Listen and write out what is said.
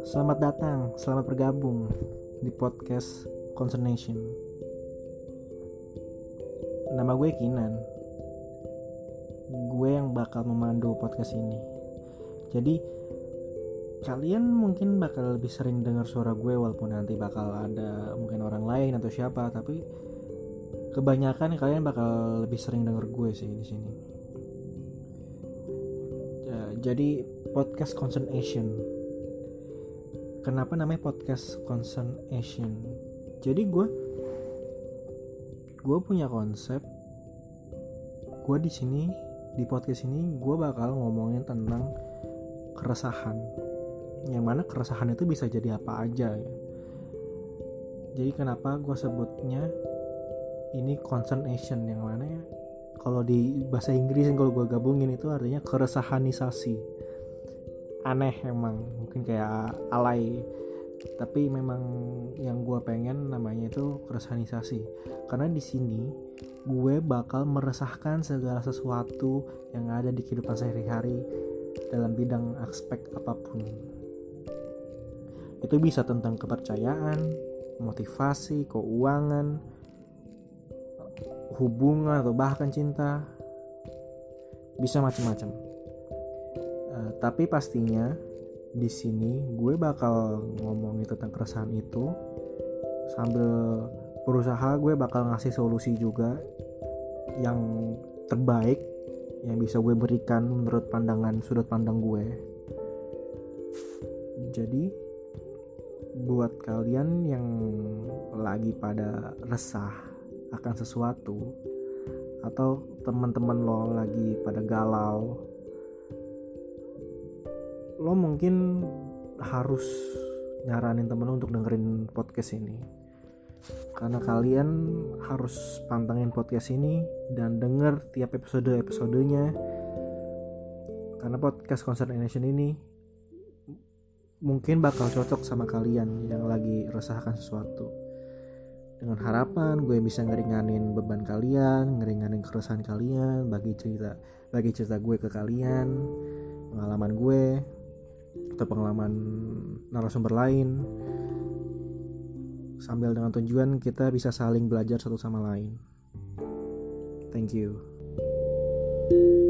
Selamat datang, selamat bergabung di podcast Concernation. Nama gue Kinan. Gue yang bakal memandu podcast ini. Jadi kalian mungkin bakal lebih sering dengar suara gue, walaupun nanti bakal ada mungkin orang lain atau siapa, tapi kebanyakan kalian bakal lebih sering dengar gue sih di sini. Jadi podcast Concernation. Kenapa namanya podcast Concernation? Jadi gue punya konsep. Gue di sini di podcast ini gue bakal ngomongin tentang keresahan. Yang mana keresahan itu bisa jadi apa aja ya. Jadi kenapa gue sebutnya ini Concernation, yang mana ya, kalau di bahasa Inggris kalau gue gabungin itu artinya keresahanisasi. Aneh emang, mungkin kayak alay, tapi memang yang gue pengen namanya itu keresahanisasi, karena di sini gue bakal meresahkan segala sesuatu yang ada di kehidupan sehari-hari dalam bidang aspek apapun. Itu bisa tentang kepercayaan, motivasi, keuangan, hubungan, atau bahkan cinta, bisa macam-macam. Tapi pastinya di sini gue bakal ngomongin tentang keresahan itu sambil berusaha gue bakal ngasih solusi juga yang terbaik yang bisa gue berikan menurut sudut pandang gue. Jadi buat kalian yang lagi pada resah akan sesuatu, atau teman-teman lo lagi pada galau, lo mungkin harus nyaranin temen lo untuk dengerin podcast ini, karena kalian harus pantengin podcast ini dan denger tiap episodenya, karena podcast Concernation ini mungkin bakal cocok sama kalian yang lagi resahkan sesuatu. Dengan harapan gue bisa ngeringanin beban kalian, ngeringanin keresahan kalian, bagi cerita gue ke kalian, pengalaman gue atau pengalaman narasumber lain, sambil dengan tujuan kita bisa saling belajar satu sama lain. Thank you.